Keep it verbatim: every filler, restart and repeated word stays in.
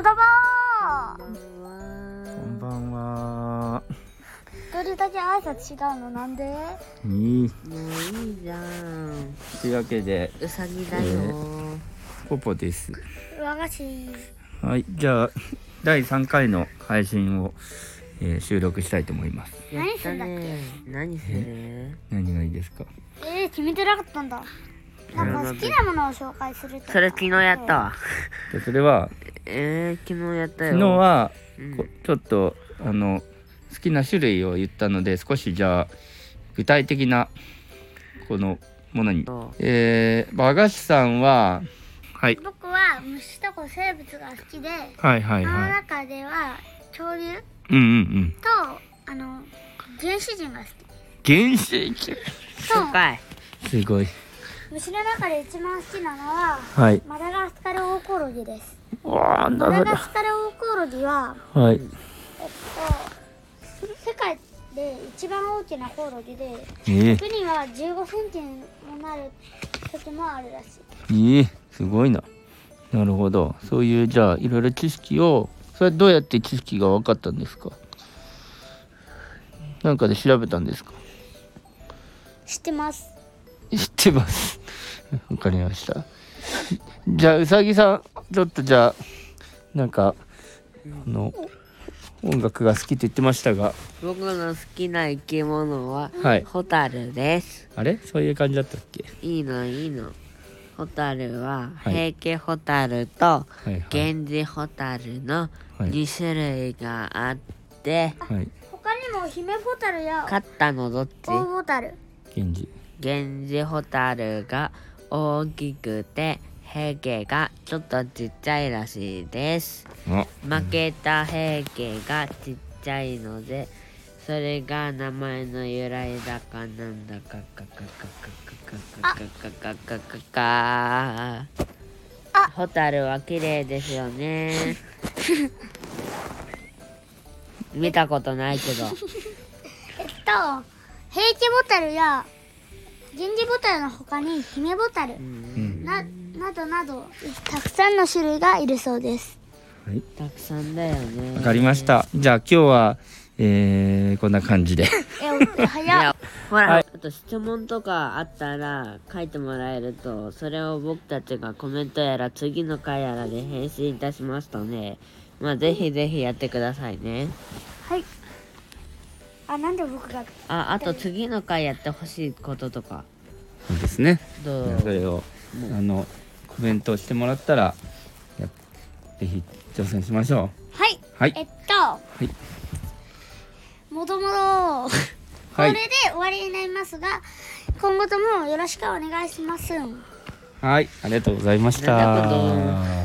もどもこんばんは。 一人だけ挨拶違うのなんで？ いい。 もういいじゃん。 というわけで、 うさぎだよ、えー、 ポポです。 和菓子。 はい、じゃあだいさんかいの配信を、えー、収録したいと思います。 何するんだっけ？ 何する？ 何がいいですか？ えー、決めてなかったんだ。なんか好きなものを紹介するとか。 それ昨日やったわ。 それはえー、昨日やったよ。 昨日は、 うん、 ちょっとあの好きな種類を言ったので、少しじゃあ具体的なこのものに、えー、和菓子さんは、はい、 僕は虫とか生物が好きで、 はいはいはい、 その中では恐竜、 うんうんうん、 とあの原始人が好き。原始人。 そうかい。 すごい。 虫の中で一番好きなのは、 はい、 マダガスカルオオコオロギです。 マダガスカルオオコオロギは、 はい、 えっと世界で一番大きなコオロギで、 えー、 時にはじゅうごセンチになる時もあるらしい。えー、すごいな。なるほど。そういうじゃあいろいろ知識を、それどうやって知識が分かったんですか？なんかで調べたんですか？ 知ってます。 知ってます。わかりました。じゃあうさぎさん、ちょっとじゃあなんかあの音楽が好きって言ってましたが、 僕の好きな生き物は、 はい、 ホタルです。 あれ、そういう感じだったっけ？ いいのいいの。ホタルは、はい、平家ホタルと源氏ホタルのに種類があって、 はいはい、 他にもヒメホタルや勝ったのどっち？ 大ホタル。 源氏。 源氏ホタルが大きくて、平家がちょっとちっちゃいらしいです。負けた平家がちっちゃいので、それが名前の由来だかなんだかかかかかかかかかかかかか。ホタルは綺麗ですよね。見たことないけど。 えっと平家ボタルや源氏ボタルの他にヒメボタル、うん、な, などなどたくさんの種類がいるそうです。 はい、 たくさんだよね。 わかりました。じゃあ今日は、えー、こんな感じで。 え早っ。 ほら、はい、あと質問とかあったら書いてもらえると、それを僕たちがコメントやら次の回やらで返信いたしますとね、まあぜひぜひやってくださいね。 はい。あ、なんで僕があ、あと次の回やってほしいこととか。 そうですね。 どう？ それをあのコメントしてもらったらやぜひ挑戦しましょう。 はい。 はい。 えっと。はい。もともとこれで終わりになりますが、今後ともよろしくお願いします。 はい、ありがとうございました。